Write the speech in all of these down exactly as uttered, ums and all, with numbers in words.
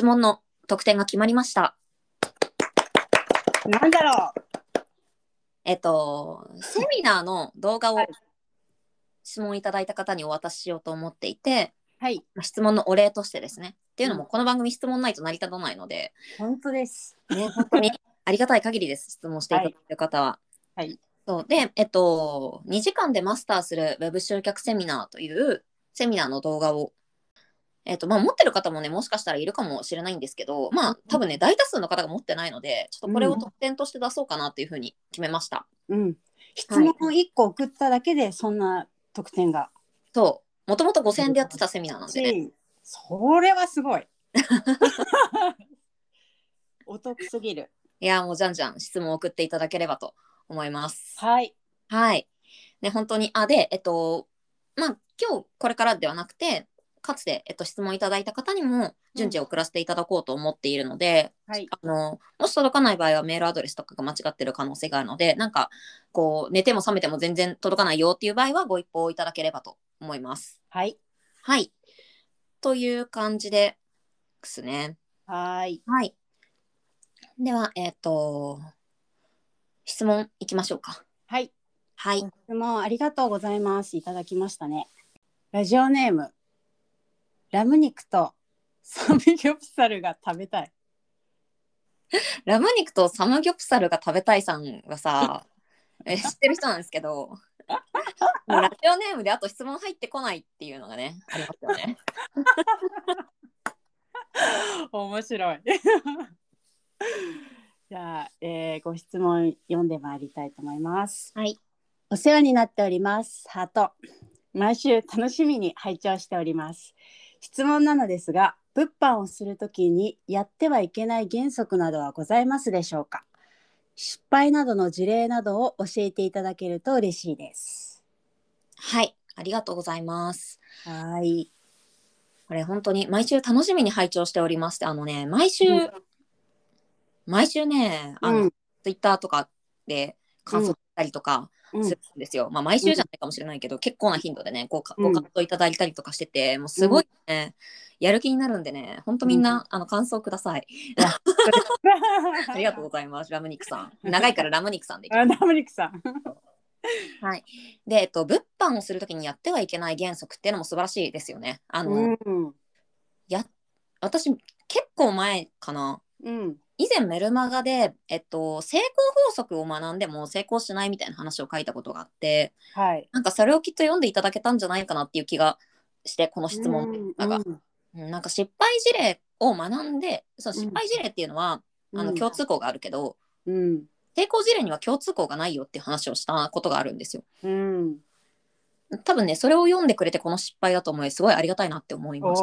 質問の得点が決まりました。 なんだろう。 えっとセミナーの動画をはい質問いただいた方にお渡ししようと思っていて、 はい、 質問のお礼としてですね。っていうのも、 うんこの番組質問ないと成り立たないので、 本当です。 ね、本当にありがたい限りです。質問していただいている方は。 はい。 そうで、えっと、にじかんでマスターするウェブ集客セミナーというセミナーの動画を、えっと、まあ、持ってる方もね、もしかしたらいるかもしれないんですけど、まあ、多分ね、大多数の方が持ってないので、ちょっとこれを特典として出そうかなっていうふうに決めました。 うん。質問をいっこ送っただけで、そんな特典が。 そう。もともとごせんえんでやってたセミナーなんでね。 それはすごい。お得すぎる。 いや、もうじゃんじゃん質問を送っていただければと思います。 はい。 はい。ね、本当に、あ、で、えっと、まあ、今日これからではなくて、かつて、えっと、質問いただいた方にも順次送らせていただこうと思っているので、 はい。 あの、もし届かない場合はメールアドレスとかが間違ってる可能性があるので、なんか、こう、寝ても覚めても全然届かないよっていう場合はご一報いただければと思います。 はい。 はい。という感じですね。 はい。 はい。では、えっと、質問いきましょうか。 はい。 はい。 質問ありがとうございます。いただきましたね。ラジオネーム、ラム肉とサムギョプサルが食べたい。 ラム肉とサムギョプサルが食べたいさんはさ、え知ってる人なんですけど、もうラジオネームであと質問入ってこないっていうのがね、ありますよね。 面白い。じゃあ、えーご質問読んでまいりたいと思います。 はい。 お世話になっております。ハート。毎週楽しみに拝聴しております。質問なのですが、物販をするときにやってはいけない原則などはございますでしょうか。失敗などの事例などを教えていただけると嬉しいです。 はい。ありがとうございます。 はい。 これ本当に毎週楽しみに拝聴しておりまして、あのね、毎週、うん、毎週ね、あの、 うん、 ツイッターとかで感想したりとかするんですよ。うん、まあ毎週じゃないかもしれないけど、うん、結構な頻度でね、ご、ご感想いただいたりとかしてて、もうすごいね、うん、やる気になるんでね、本当みんな、うん、あの感想ください。ありがとうございます、ラムニクさん。長いからラムニクさんでいきます。 ラムニクさん。 はい。で、えっと、物販をするときにやってはいけない原則っていうのも素晴らしいですよね。あの、うん、や、私、結構前かな。うん、以前メルマガで、えっと、成功法則を学んでも成功しないみたいな話を書いたことがあって、はい、なんかそれをきっと読んでいただけたんじゃないかなっていう気がして、この質問が、うんうん、なんか失敗事例を学んで、その失敗事例っていうのは、うん、あの共通項があるけど、うん、成功事例には共通項がないよっていう話をしたことがあるんですよ。うん、多分ね、それを読んでくれてこの失敗だと思い、すごいありがたいなって思いました。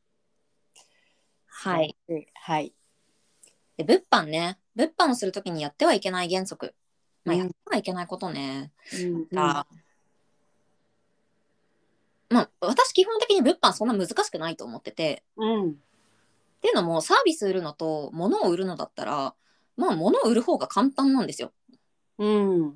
はい。 はい。 で、物販ね。物販をするときにやってはいけない原則。まあ、やってはいけないことね。うん、あまあ、私基本的に物販そんな難しくないと思ってて。うん。っていうのも、サービス売るのと物を売るのだったら、まあ、物を売る方が簡単なんですよ。うん。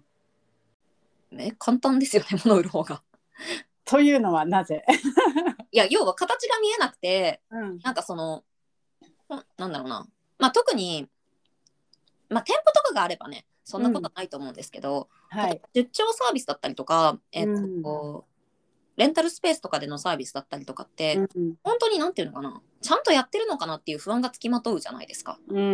ね、簡単ですよね、物を売る方が。 というのはなぜ？ いや、要は形が見えなくて、うん、なんかその、なんだろうな。まあ、特に、まあ、店舗とかがあればね、そんなことはないと思うんですけど、うんはい、出張サービスだったりとか、えーとうん、レンタルスペースとかでのサービスだったりとかって、うん、本当になんていうのかな、ちゃんとやってるのかなっていう不安がつきまとうじゃないですか。うん、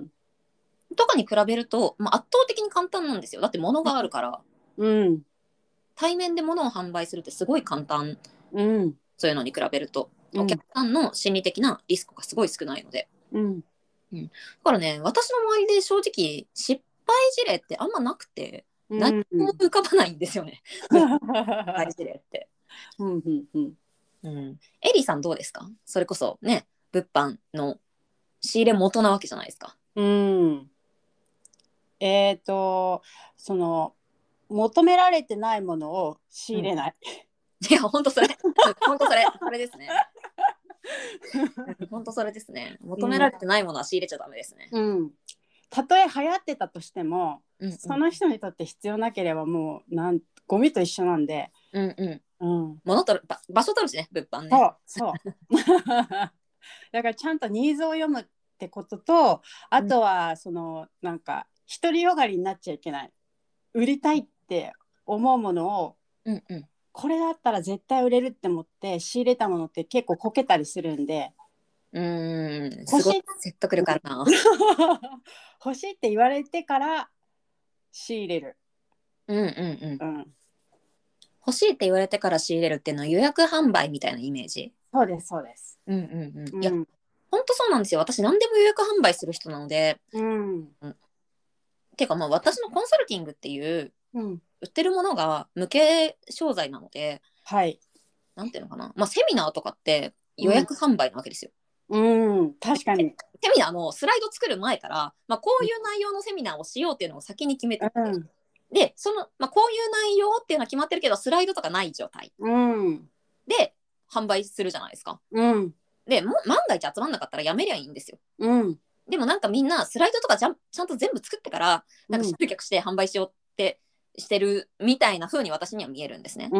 とかに比べると、まあ、圧倒的に簡単なんですよ。だって物があるから、うん、対面で物を販売するってすごい簡単、うん、そういうのに比べると、お客さんの心理的なリスクがすごい少ないので。うんうん、だからね、私の周りで正直失敗事例ってあんまなくて、うん、何も浮かばないんですよね。失敗事例って。うんうんうんうん、エリーさんどうですか？それこそね、物販の仕入れ元なわけじゃないですか。 うん。えっと、その求められてないものを仕入れない。 うん、いや、本当それ、本当それ、それですね。本当それですね。求められてないものは仕入れちゃダメですね。 うん。たとえ流行ってたとしても、うんうん、その人にとって必要なければもうなんゴミと一緒なんで。 うんうん。うん、物取る場所取るしね、物販ね。 そうそう。 だからちゃんとニーズを読むってことと、あとはそのなんか独りよがりになっちゃいけない。売りたいって思うものを、 うんうん、 これだったら絶対売れるって思って仕入れたものって結構こけたりするんで、 うーん、す欲しいごい説得力あるな。 欲しいって言われてから仕入れる。 うんうんうん。 うん、 欲しいって言われてから仕入れるっていうのは予約販売みたいなイメージ。 そうですそうです。 うんうんうん。いや、 うん、 ほんとそうなんですよ。私何でも予約販売する人なので、 うん、 うん、てかまあ私のコンサルティングっていううん、 売ってるものが無形商材なので、 はい、 なんていうのかな、まあセミナーとかって予うん、 約販売なわけですよ。 うん、確かに。 セミナーのスライド作る前から、まあ、こういう内容のセミナーをしようっていうのを先に決めてて、 うん、 でその、まあ、こういう内容っていうのは決まってるけどスライドとかない状態うん、 で販売するじゃないですか。 うん、 でも万が一集まんなかったらやめりゃいいんですよ。 うん、 でもなんかみんなスライドとかちゃんちゃんと全部作ってからなんか集客して販売しようってしてるみたいな風に私には見えるんですね、 うん、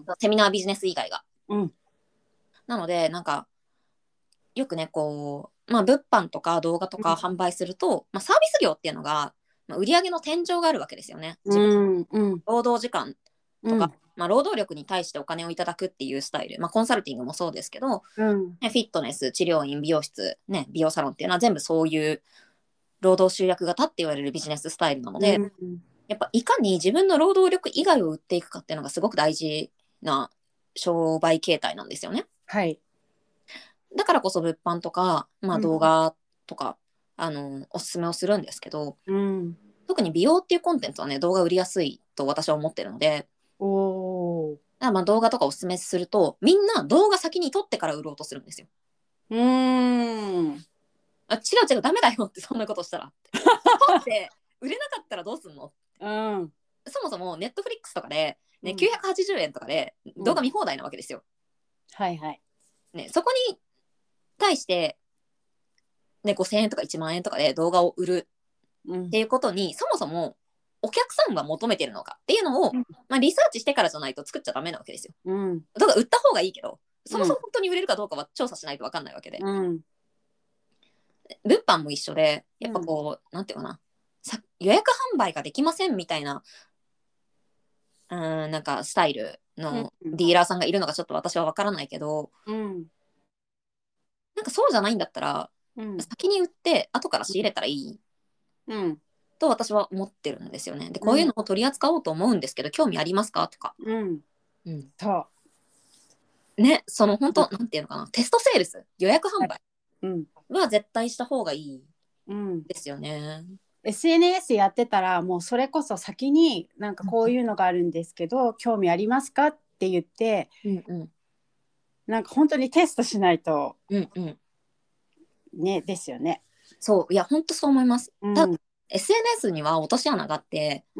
セミナービジネス以外が。 うん、 なのでなんかよくねこう、まあ、物販とか動画とか販売すると、まあ、サービス業っていうのが、まあ、売上の天井があるわけですよね。自分うん、うん、 労働時間とか、 うん、 まあ、労働力に対してお金をいただくっていうスタイル、まあ、コンサルティングもそうですけど、 うん、 ね、フィットネス治療院美容室、ね、美容サロンっていうのは全部そういう労働集約型って言われるビジネススタイルなので、 うん、 やっぱいかに自分の労働力以外を売っていくかっていうのがすごく大事な商売形態なんですよね。 はい、 だからこそ物販とか、まあ、 うん、 動画とか、あのおすすめをするんですけど、 うん、 特に美容っていうコンテンツはね動画売りやすいと私は思ってるので、 おー、 だからまあ動画とかおすすめするとみんな動画先に撮ってから売ろうとするんですよ。 うーん、 あ、違う違うダメだよってそんなことしたらって撮って売れなかったらどうすんの。 うん、 そもそもネットフリックスとかで、ね、 うん、 きゅうひゃくはちじゅうえんとかで動画見放題なわけですよ、 はいはい、 ね、そこに対して、ね、ごせんえんとかいちまん円とかで動画を売るうん、 っていうことにそもそもお客さんが求めてるのかっていうのを、 うん、 まあ、リサーチしてからじゃないと作っちゃダメなわけですよ。 うん、 だから売った方がいいけどそもそも本当に売れるかどうかは調査しないと分かんないわけで、 うん、 物販も一緒でやっぱうん、 こうなんていうかな、さ予約販売ができませんみたいなうーんなんかスタイルのディーラーさんがいるのがちょっと私は分からないけど、 うん、 なんかそうじゃないんだったらうん、 先に売って後から仕入れたらいいうん、 と私は思ってるんですよね。でこういううん、 のを取り扱おうと思うんですけど興味ありますかとか、 うん、 うん、 そね、その本う、 当なんていうのかな、テストセールス予約販売うん、 は絶対した方がいいうん、 ですよね。 エスエヌエス やってたらもうそれこそ先になんかこういうのがあるんですけど興味ありますかって言ってうんうんなんか本当にテストしないとうんうん。 ねですよね。 そういや本当そう思います。ただうん、 エスエヌエス には落とし穴があってうん、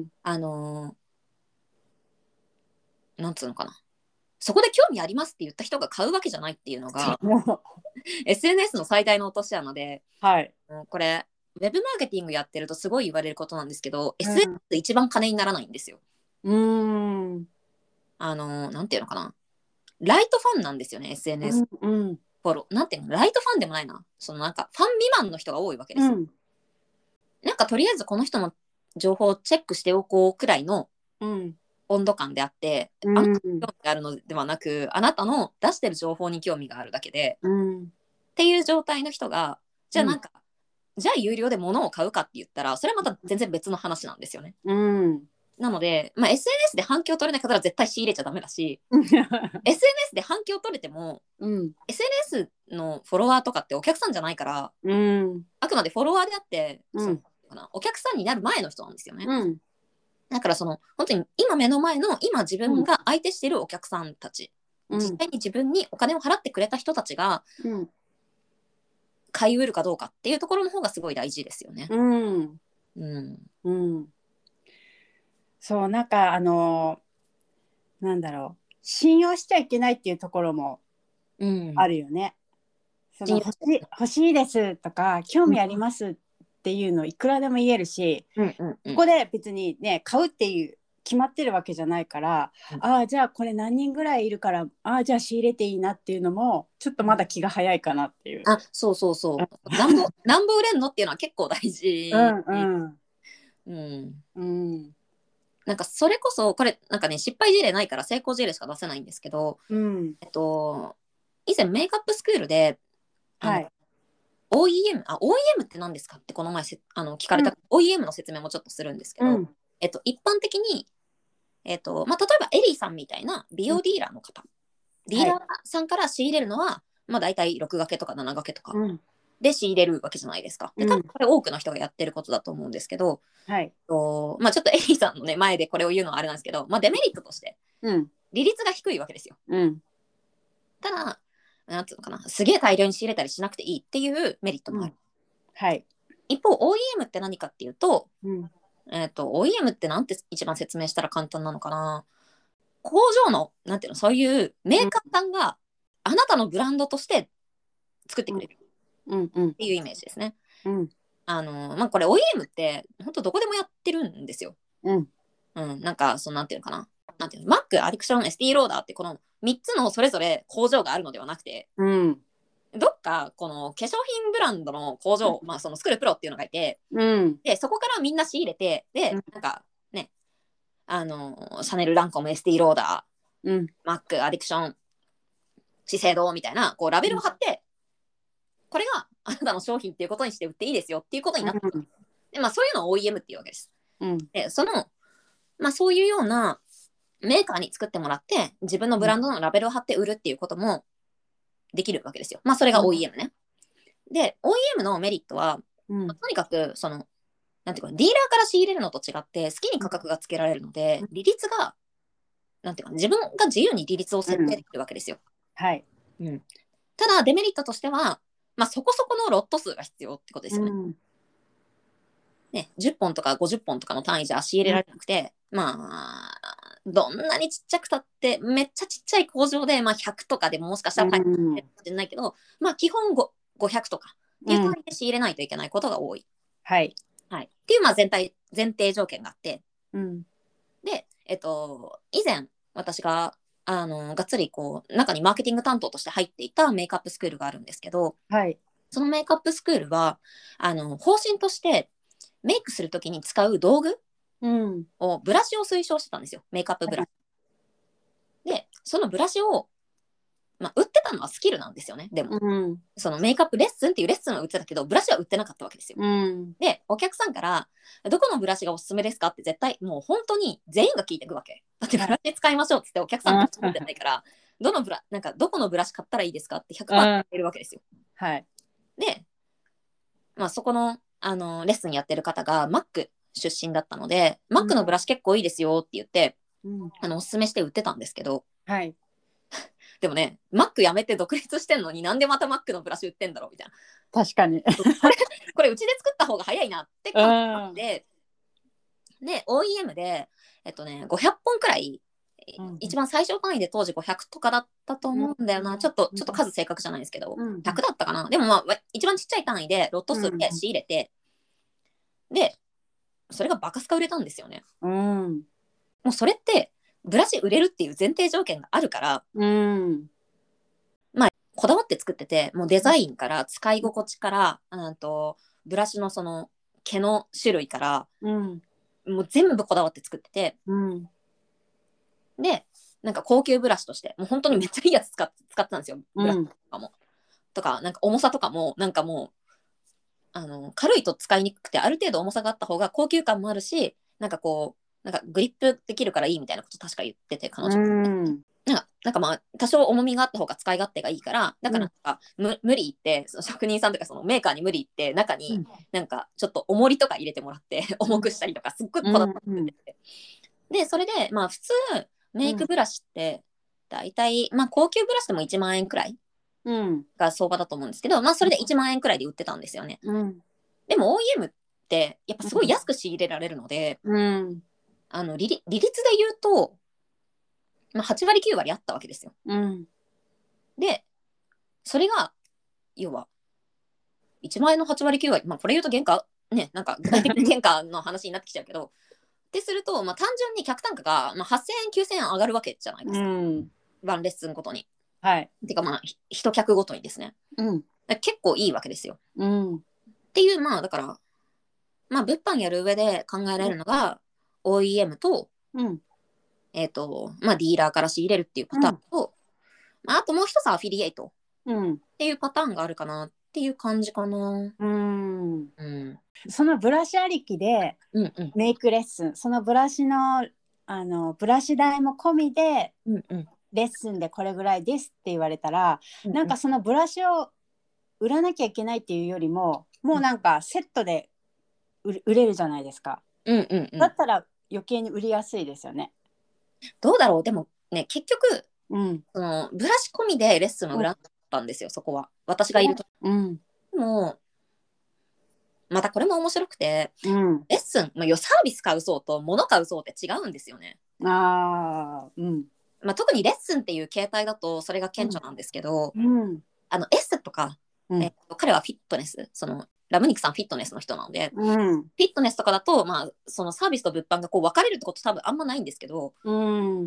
あのーなんつうのかな、そこで興味ありますって言った人が買うわけじゃないっていうのがもうエスエヌエス の最大の落とし穴で、 はい、 もうこれウェブマーケティングやってるとすごい言われることなんですけど、 うエスエヌエスん、 って一番金にならないんですよ。 うーん、 あのーなんていうのかな、ライトファンなんですよね エスエヌエス。 うん、うん、 フォローなんていうの、ライトファンでもないな、そのなんかファン未満の人が多いわけですよ。 うん、 なんかとりあえずこの人の情報をチェックしておこうくらいのうん、 温度感であって、 うあなたにん、 興味があるのではなくあなたの出してる情報に興味があるだけでうん、 っていう状態の人が、じゃあうん、 なんか、じゃあ有料で物を買うかって言ったらそれはまた全然別の話なんですよね。 うん、 なので、まあ、エスエヌエス で反響取れなかったら絶対仕入れちゃダメだし、エスエヌエス で反響取れても、 うん、 エスエヌエス のフォロワーとかってお客さんじゃないから、 うん、 あくまでフォロワーであって、そのうん、 かなお客さんになる前の人なんですよね。 うん、 だからその本当に今目の前の今自分が相手しているお客さんたち、 うん、 実際に自分にお金を払ってくれた人たちがうん、 買いうるかどうかっていうところの方がすごい大事ですよね。 うん、 うん。 うん、そうなんかあのなんだろう信用しちゃいけないっていうところもうん。 あるよね。その信用欲しい、欲しいですとか興味ありますっていうのいくらでも言えるし、 うんうんうん。 ここで別にね買うっていう決まってるわけじゃないから、うん、ああじゃあこれ何人ぐらいいるから、ああじゃあ仕入れていいなっていうのもちょっとまだ気が早いかなっていう。 あ、そうそうそう。何本何本売れんのっていうのは結構大事。 うんうんうんうん。 なんかそれこそこれなんかね失敗事例ないから成功事例しか出せないんですけど、 うん、 えっと以前メイクアップスクールであの、 はい、 オーイーエム あ オーイーエム って何ですかってこの前せあの聞かれた、うん、オーイーエム の説明もちょっとするんですけど、うん、えっと一般的にえっとまあ例えばエリーさんみたいな美容ディーラーの方、うん、ディーラーさんから仕入れるのは、はい、まあ大体ろく掛けとかなな掛けとか、うんで仕入れるわけじゃないですか。で、多分これ多くの人がやってることだと思うんですけど、 うん、はい。 とまあちょっとエリーさんのね前でこれを言うのはあれなんですけど、まあデメリットとして、 うん、 利率が低いわけですよ。 うん、 ただ、なんつうのかな、すげえ大量に仕入れたりしなくていいっていうメリットもある。 うん、はい。 一方、オーイーエム って何かっていうと、 うん、 えっと、オーイーエム ってなんて一番説明したら簡単なのかな。工場の、なんていうの、そういうメーカーさんがあなたのブランドとして作ってくれるっていうイメージですね。 うん、 あの、まあ、これ オーイーエム って本当どこでもやってるんですよ。 うん、 うん、なんか、そのなんていうのかな。なんていうの、Mac、アディクション、エスティー ローダーってこのみっつのそれぞれ工場があるのではなくて、 うん、 どっかこの化粧品ブランドの工場、まあ、その作るプロっていうのがいて、 うん、 でそこからみんな仕入れて、で、なんかね、あのシャネル・ランコム、エスティー・ローダー、うん、マック、アディクション、資生堂みたいなこうラベルを貼って、これがあなたの商品っていうことにして売っていいですよっていうことになってる、うん、で、まあ、そういうのを オーイーエム っていうわけです。うん、でその、まあ、そういうようなメーカーに作ってもらって自分のブランドのラベルを貼って売るっていうこともできるわけですよ。まあ、それが オーイーエム ね。うん、で オーイーエム のメリットは、うん、とにかくそのなんていうかディーラーから仕入れるのと違って好きに価格がつけられるので、利率がなんていうか自分が自由に利率を設定できるわけですよ。 うん、はい、 うん、ただデメリットとしては、まあ、そこそこのロット数が必要ってことですよね。うんね、じゅっぽんとかごじゅっぽんとかの単位じゃ仕入れられなくて、うん、まあどんなにちっちゃくたってめっちゃちっちゃい工場で、まあ、ひゃくとかでももしかしたら入ってるかもしれないけど、うん、まあ基本ごひゃくとかっていう単位で仕入れないといけないことが多い。 うん、はい、 はい、っていうまあ全体前提条件があって、 うん、 で、えっと、以前私があのがっつりこう中にマーケティング担当として入っていたメイクアップスクールがあるんですけど、 はい、 そのメイクアップスクールはあの方針としてメイクするときに使う道具を、ブラシを推奨してたんですよ。メイクアップブラシ。はい、で、そのブラシを、まあ、売ってたのはスキルなんですよね。でも、うん、そのメイクアップレッスンっていうレッスンは売ってたけど、ブラシは売ってなかったわけですよ。うん、で、お客さんから、どこのブラシがおすすめですかって絶対、もう本当に全員が聞いてくわけ。だってブラシ使いましょうって言ってお客さんって言ってないから、どのブラ、なんかどこのブラシ買ったらいいですかって ひゃくパーセント 言えるわけですよ。 はい。 で、まあ、そこの、あのレッスンやってる方が Mac 出身だったので、うん、Mac のブラシ結構いいですよって言って、うん、あのおすすめして売ってたんですけど、 はい、 でもね Mac やめて独立してんのになんでまた Mac のブラシ売ってんだろうみたいな。 確かにこれこれうちで作った方が早いなって感じで、で オーイーエム でえっとねごひゃっぽんくらい、うん、一番最小単位で当時ごひゃくとかだったと思うんだよな、うん、ちょっとちょっと数正確じゃないですけど、うん、ひゃくだったかな。でもまあ一番ちっちゃい単位でロット数で仕入れて、うん、でそれがバカスカ売れたんですよね。うん、もうそれってブラシ売れるっていう前提条件があるから、うん、まあこだわって作ってて、もうデザインから使い心地から、うんとブラシのその毛の種類から、うん、もう全部こだわって作ってて、うん、でなんか高級ブラシとしてもう本当にめっちゃいいやつ使っ使ってたんですよ。ブラシとかも、うん、とかなんか重さとかもなんかもうあの軽いと使いにくくて、ある程度重さがあった方が高級感もあるし、なんかこうなんかグリップできるからいいみたいなこと確か言ってて、彼女、うん、なんかなんかまあ多少重みがあった方が使い勝手がいいから、だからなんか、うん、無理言ってその職人さんとかそのメーカーに無理言って中になんかちょっと重りとか入れてもらって重くしたりとかすっごいこだわってて、うん、でそれでまあ普通メイクブラシってだいたい、まあ高級ブラシでもいちまんえんくらいが相場だと思うんですけど、まあそれでいちまんえんくらいで売ってたんですよね。うん、でも オーイーエム ってやっぱすごい安く仕入れられるので、うん、あの 利, 利率で言うと、まあ、はちわりきゅうわりあったわけですよ。うん、でそれが要はいちまんえんのはちわりきゅうわり、まあこれ言うと原価ね、なんか具体的な原価の話になってきちゃうけどってすると、まあ、単純に客単価が、まあ、はっせんえんきゅうせんえん上がるわけじゃないですか、うん、ワンレッスンごとに。 はい。 てかまあ一客ごとにですね、うん、結構いいわけですよ、うん、っていう、まあだからまあ物販やる上で考えられるのが オーイーエム と、うん、えっ、ー、とまあディーラーから仕入れるっていうパターンと、うん、まあ、あともう一つはアフィリエイトっていうパターンがあるかなっていう感じかな。うん、 うん、そのブラシありきでメイクレッスン、うんうん、そのブラシのあのブラシ代も込みで、うんうん、レッスンでこれぐらいですって言われたら、うんうん、なんかそのブラシを売らなきゃいけないっていうよりも、もうなんかセットで売れるじゃないですか、うんうんうん、だったら余計に売りやすいですよね。 どうだろう。でもね、結局、うん、そのブラシ込みでレッスンは売らなかったんですよ、うん、そこは私がいると、うん、でもまたこれも面白くて、うん、レッスン、まあ、サービス買う層と物買う層って違うんですよね。あ、うんまあ、特にレッスンっていう形態だとそれが顕著なんですけど、うん、あのエッセとか、うんえー、彼はフィットネス、そのラムニクさんフィットネスの人なので、うん、フィットネスとかだと、まあ、そのサービスと物販がこう分かれるってこと多分あんまないんですけど、うん、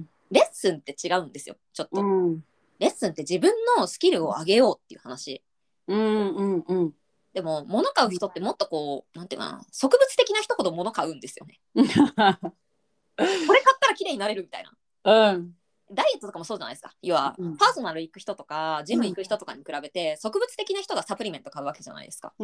レッスンって違うんですよちょっと、うん、レッスンって自分のスキルを上げようっていう話、うんうんうん、でも物買う人ってもっとこうなんていうかな、植物的な人ほど物買うんですよねこれ買ったら綺麗になれるみたいな、うん、ダイエットとかもそうじゃないですか。要は、うん、パーソナル行く人とかジム行く人とかに比べて、うん、植物的な人がサプリメント買うわけじゃないですか、うん、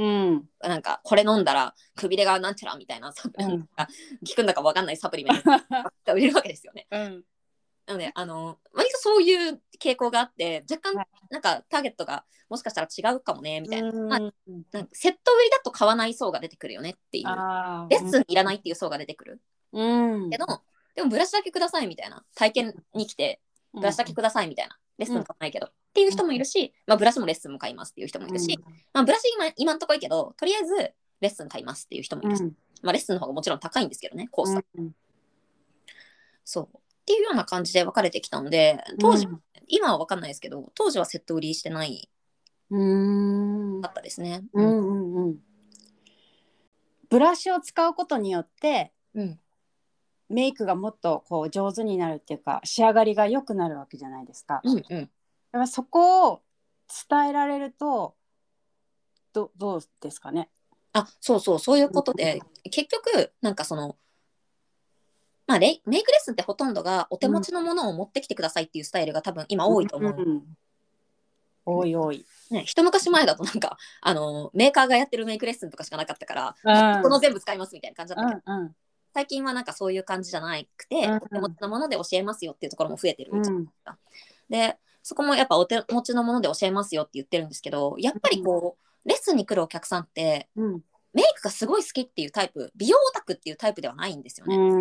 なんかこれ飲んだらくびれがなんちゃらみたいなサプリメントが、うん、効くんだか分かんないサプリメントが売れるわけですよね、うん、なのであの割とそういう傾向があって若干なんかターゲットがもしかしたら違うかもねみたいな、うんまあ、なんかセット売りだと買わない層が出てくるよねっていう、レッスンいらないっていう層が出てくる、うん、けどでもブラシだけくださいみたいな、体験に来てブラシだけくださいみたいな、レッスン買わないけど、うん、っていう人もいるし、まあ、ブラシもレッスンも買いますっていう人もいるし、うんまあ、ブラシ今今んとこいいけどとりあえずレッスン買いますっていう人もいるし、うんまあ、レッスンの方がもちろん高いんですけどねコースは、うん、そうっていうような感じで分かれてきたので、当時、うん、今は分かんないですけど当時はセット売りしてないだったですね、うんうんうん、 ブラシを使うことによって、うんメイクがもっとこう上手になるっていうか仕上がりが良くなるわけじゃないですか、うんうん、だからそこを伝えられると ど, どうですかね。 あ、そうそうそういうことで、うん、結局なんかそのまあレメイクレッスンってほとんどがお手持ちのものを持ってきてくださいっていうスタイルが多分今多いと思う、うんうん、 多い多い、 ね、一昔前だとなんかあのメーカーがやってるメイクレッスンとかしかなかったから、うん、この全部使いますみたいな感じだったけど、うんうん、最近はなんかそういう感じじゃなくて、うんうん、お手持ちのもので教えますよっていうところも増えてるじゃないですか、うん、でそこもやっぱお手持ちのもので教えますよって言ってるんですけど、やっぱりこうレッスンに来るお客さんって、うん、メイクがすごい好きっていうタイプ、美容オタクっていうタイプではないんですよね、うん、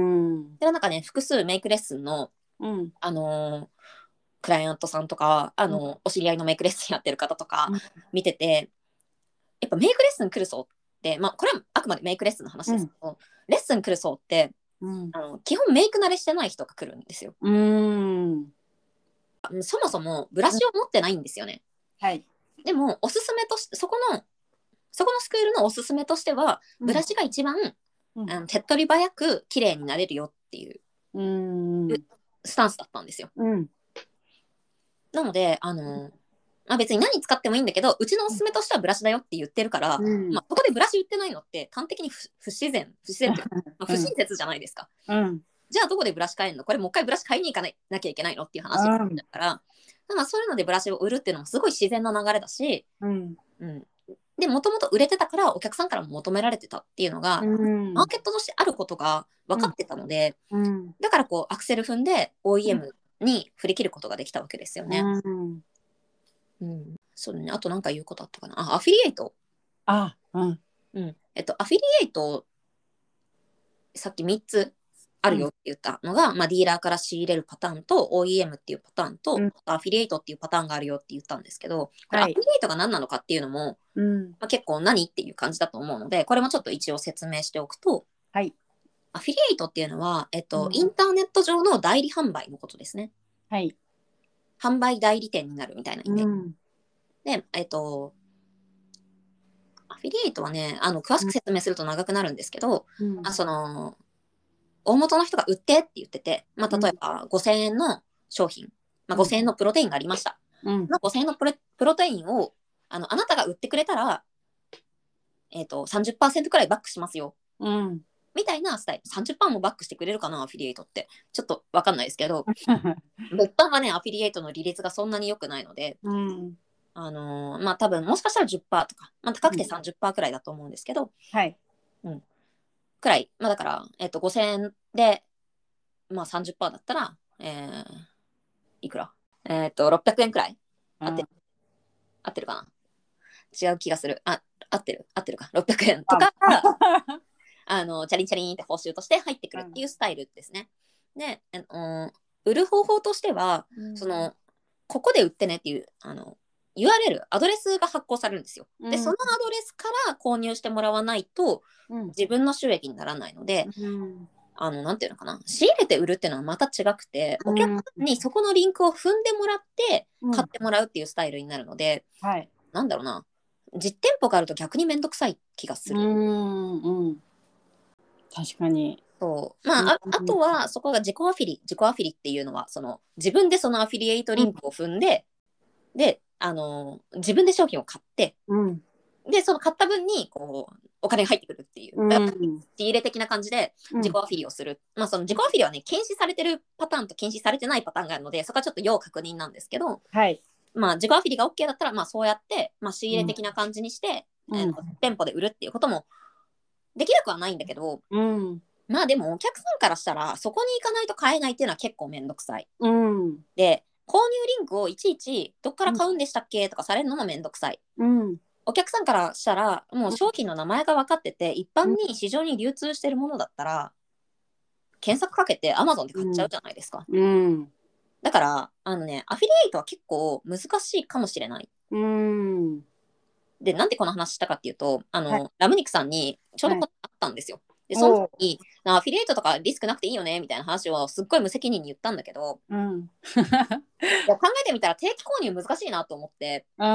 でなんかね複数メイクレッスンの、うん、あのークライアントさんとかあの、うん、お知り合いのメイクレッスンやってる方とか見てて、やっぱメイクレッスン来る層って、まあ、これはあくまでメイクレッスンの話ですけど、うん、レッスン来る層って、うん、あの基本メイク慣れしてない人が来るんですよ。うんそもそもブラシを持ってないんですよね、うん、はい、でもおすすめとしてそこのそこのスクールのおすすめとしては、ブラシが一番、うん、あの手っ取り早く綺麗になれるよっていう、うん、スタンスだったんですよ、うんなので、あのまあ、別に何使ってもいいんだけど、うちのおすすめとしてはブラシだよって言ってるから、うんまあ、そこでブラシ売ってないのって端的に 不, 不自然不自然というか、まあ、不親切じゃないですか、うん、じゃあどこでブラシ買えるの、これもう一回ブラシ買いに行かないなきゃいけないのっていう話だから、うん、まあそういうのでブラシを売るっていうのもすごい自然な流れだし、うんうん、でもともと売れてたからお客さんからも求められてたっていうのが、うん、マーケットとしてあることが分かってたので、うん、だからこうアクセル踏んで オーイーエム に振り切ることができたわけですよね、うんうん、そうね、あと何か言うことあったかなあ、アフィリエイト。あ、うん。うん。えっと、アフィリエイト、さっきみっつあるよって言ったのが、うんまあ、ディーラーから仕入れるパターンと オーイーエム っていうパターンと、うん、アフィリエイトっていうパターンがあるよって言ったんですけど、これアフィリエイトが何なのかっていうのも、はいまあ、結構何っていう感じだと思うので、これもちょっと一応説明しておくと、はい、アフィリエイトっていうのは、えっと、うん、インターネット上の代理販売のことですね。はい。販売代理店になるみたいな意味、うん、で、えっと、アフィリエイトはね、あの詳しく説明すると長くなるんですけど、うん、あその大元の人が売ってって言ってて、まあ、例えばごせんえんの商品、まあ、ごせんえんのプロテインがありました。うん、ごせんえんのプロ、プロテインをあのあなたが売ってくれたら、えーと、さんじゅっパーセントくらいバックしますよ。うん、みたいなスタイル。さんじゅっパーセントもバックしてくれるかな、アフィリエイトって。ちょっとわかんないですけど、物販はね、アフィリエイトの利率がそんなに良くないので、うん、あのー、まあ多分もしかしたら じゅっパーセント とか、まあ、高くて さんじゅっパーセント くらいだと思うんですけど、はい。うん。くらい、まあだから、えっと、ごせんえんで、まあ さんじゅっパーセント だったら、えー、いくらえっと、ろっぴゃくえんくらい合ってる、うん、合ってるかな違う気がする。あ、合ってる合ってるか。ろっぴゃくえんとか、あの、チャリンチャリンって報酬として入ってくるっていうスタイルですね。うん、で、うん、売る方法としては、うん、その、ここで売ってねっていう、あの、ユーアールエル、アドレスが発行されるんですよ。で、そのアドレスから購入してもらわないと、自分の収益にならないので、うん、あの、なんていうのかな、仕入れて売るっていうのはまた違くて、お客さんにそこのリンクを踏んでもらって買ってもらうっていうスタイルになるので、うん、はい、なんだろうな、実店舗があると逆にめんどくさい気がする。うん、うん、 確かに。 そう。まあ、あ、あとは、そこが自己アフィリ、自己アフィリっていうのは、その、自分でそのアフィリエイトリンクを踏んで、うん、で、あの、自分で商品を買って、うん、で、その買った分に、こう、お金が入ってくるっていう、うん、仕入れ的な感じで自己アフィリをする。うん、まあ、その自己アフィリはね、禁止されてるパターンと禁止されてないパターンがあるので、そこはちょっと要確認なんですけど、はい。まあ、自己アフィリが OK だったら、まあ、そうやって、まあ、仕入れ的な感じにして、うん、えー、店舗で売るっていうこともできなくはないんだけど、うん、まあでもお客さんからしたらそこに行かないと買えないっていうのは結構めんどくさい。うん、で、購入リンクをいちいちどっから買うんでしたっけとかされるのもめんどくさい。うん、お客さんからしたらもう商品の名前が分かってて、一般に市場に流通してるものだったら検索かけて Amazon で買っちゃうじゃないですか。うん、だからあのね、アフィリエイトは結構難しいかもしれない。うん、で、なんでこの話したかっていうと、あの、はい、ラムニクさんにちょうどこあったんですよ。はい、で、その時に、アフィリエイトとかリスクなくていいよね、みたいな話をすっごい無責任に言ったんだけど、うん、いや考えてみたら定期購入難しいなと思って、うん、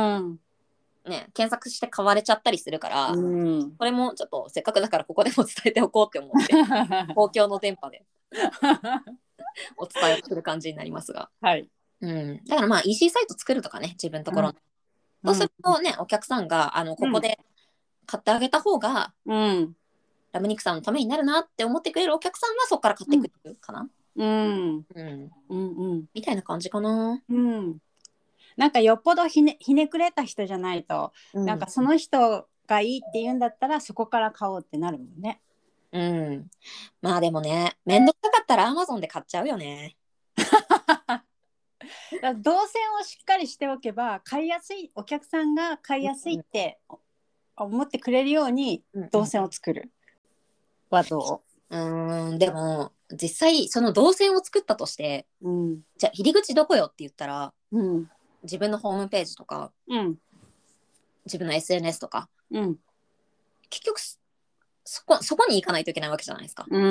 ね、検索して買われちゃったりするから、うん、これもちょっとせっかくだからここでも伝えておこうって思って、公共の電波でお伝えする感じになりますが。はい。うん、だからまあ イーシー サイト作るとかね、自分のところの。うん、そうするとね、お客さんがあのここで買ってあげた方が、うん、ラムニクさんのためになるなって思ってくれるお客さんはそこから買ってくれるかな。うん。うん。うんうん。みたいな感じかな。 うん。なんかよっぽどひね、ひねくれた人じゃないと、うん、なんかその人がいいって言うんだったらそこから買おうってなるもんね。 うん。まあでもね、めんどくさかったら Amazon で買っちゃうよね。 動線をしっかりしておけば買いやすい、お客さんが買いやすいって思ってくれるように動線を作るはどう？うん、でも実際その動線を作ったとして、うん、じゃあ入り口どこよって言ったら、うん、自分のホームページとか、うん、自分の エスエヌエス とか、うん、結局そこ、そこに行かないといけないわけじゃないですか。うん、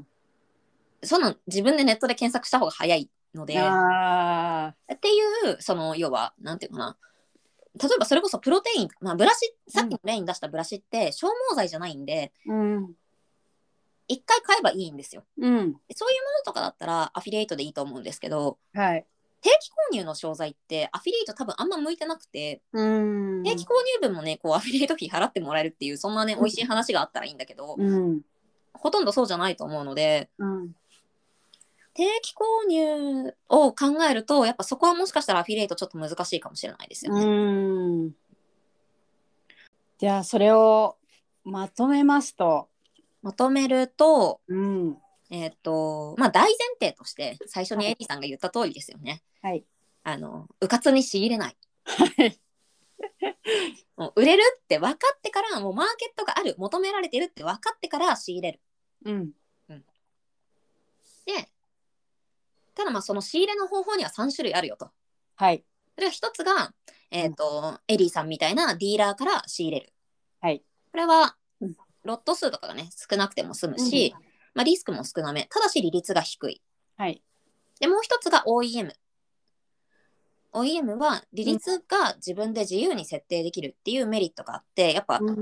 その自分でネットで検索した方が早いので、あっていうその要はなんていうかな、例えばそれこそプロテイン、まあ、ブラシ、さっきの例に出したブラシって消耗剤じゃないんで、うん、一回買えばいいんですよ、うん、そういうものとかだったらアフィリエイトでいいと思うんですけど、はい、定期購入の商材ってアフィリエイト多分あんま向いてなくて、うん、定期購入分もねこうアフィリエイト費払ってもらえるっていうそんなね美味しい話があったらいいんだけど、うん、ほとんどそうじゃないと思うので、うん、定期購入を考えるとやっぱそこはもしかしたらアフィリエイトちょっと難しいかもしれないですよね。うん、 じゃあそれをまとめますとまとめると、うん、えっとまあ大前提として最初にエリさんが言った通りですよね。はい。あのうかつに仕入れない。はい。もう売れるって分かってから、もうマーケットがある、求められてるって分かってから仕入れる。うん。うん、で、ただまあその仕入れの方法にはさん種類あるよと。はい。それは一つが、えっと、うん、エリーさんみたいなディーラーから仕入れる。はい。これは、ロット数とかがね、少なくても済むし、うん、まあ、リスクも少なめ。ただし利率が低い。はい。で、もう一つが オーイーエム。オーイーエム は利率が自分で自由に設定できるっていうメリットがあって、やっぱ、うん、オーイーエ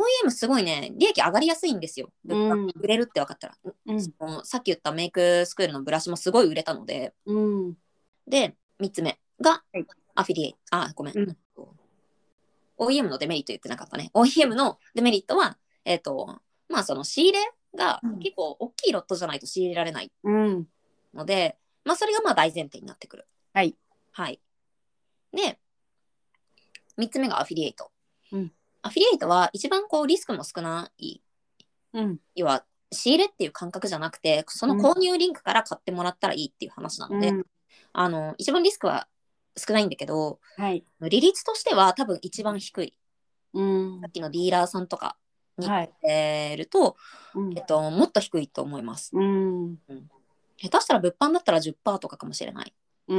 ーイーエム すごいね、利益上がりやすいんですよ。物販売れるって分かったら、 うん、 そのさっき言ったメイクスクールのブラシもすごい売れたので、 うん、 で、みっつめがはい、 アフィリエイト、あ、ごめん。 うん、 オーイーエム のデメリット言ってなかったね。オーイーエム のデメリットは、えっ、と、まあその仕入れが結構大きいロットじゃないと仕入れられないので、うん、まあそれがまあ大前提になってくる。 はい。 はい。で、みっつめがアフィリエイト。 うん、 アフィリエイトは一番こうリスクも少ない。 うん、 要は仕入れっていう感覚じゃなくて、その購入リンクから買ってもらったらいいっていう話なので、うん、あの一番リスクは少ないんだけど、 はい、 利率としては多分一番低い。 うん、 さっきのディーラーさんとかに比べると、はい、えっと、もっと低いと思います。 うんうん、 下手したら物販だったら じゅっパーセント とかかもしれない。うん、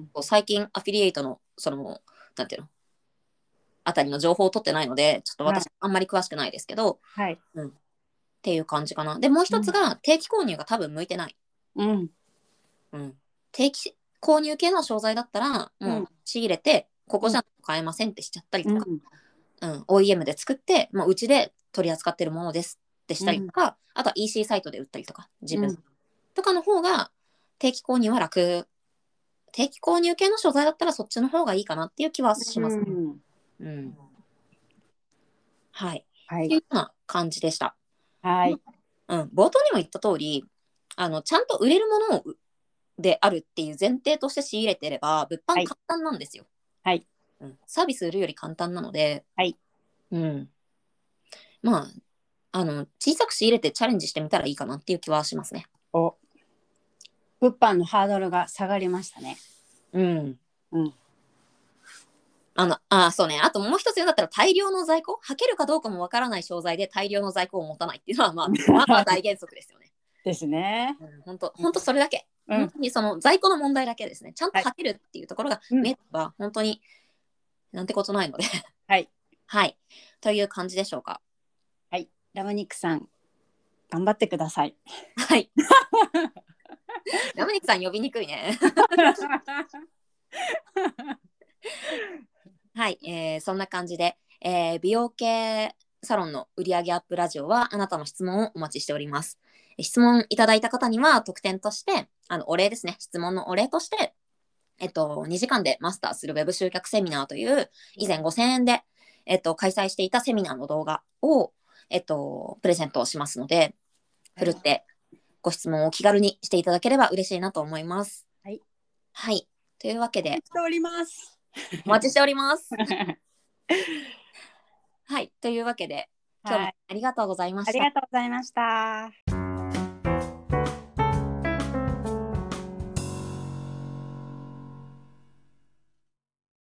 最近アフィリエイトのそのなんていうのあたりの情報を取ってないので、ちょっと私あんまり詳しくないですけど、 はい、 うん、っていう感じかな。でもう一つが定期購入が多分向いてない。うんうん、定期購入系の商材だったらもう仕入れて、うん、ここじゃ買えませんってしちゃったりとか、うんうん、オーイーエム で作ってもううちで取り扱ってるものですってしたりとか、うん、あとは イーシー サイトで売ったりとか自分、うん、とかの方が定期購入は楽。定期購入系の商材だったらそっちの方がいいかなっていう気はします。うんうん、はい、はい、っていうような感じでした。はい、うん、冒頭にも言った通り、あのちゃんと売れるものをであるっていう前提として仕入れてれば物販簡単なんですよ。はい、うん、サービス売るより簡単なので、はい、うん、まああの小さく仕入れてチャレンジしてみたらいいかなっていう気はしますね。 お、物販のハードルが下がりましたね。うん、 うん。あのあそうね、あともう一つ言うんだったら大量の在庫、履けるかどうかもわからない商材で大量の在庫を持たないっていうのはまあまあまあ大原則ですよね。 ですね。 本当本当それだけ、うん、本当にその在庫の問題だけですね。ちゃんと履けるっていうところが見えれば本当になんてことないのではいはいという感じでしょうか。 はい、ラムニックさん頑張ってください。 はいラムニックさん呼びにくいねはい、えー、そんな感じで、えー、美容系サロンの売上アップラジオはあなたの質問をお待ちしております。質問いただいた方には特典としてあのお礼ですね、質問のお礼として、えっと、にじかんでマスターするウェブ集客セミナーという以前ごせんえんで、えっと、開催していたセミナーの動画を、えっと、プレゼントしますので、ふるってご質問を気軽にしていただければ嬉しいなと思います。はい、はい、というわけでお待ちしておりますお待ちしておりますはい、というわけで今日もありがとうございました。 はい、ありがとうございました。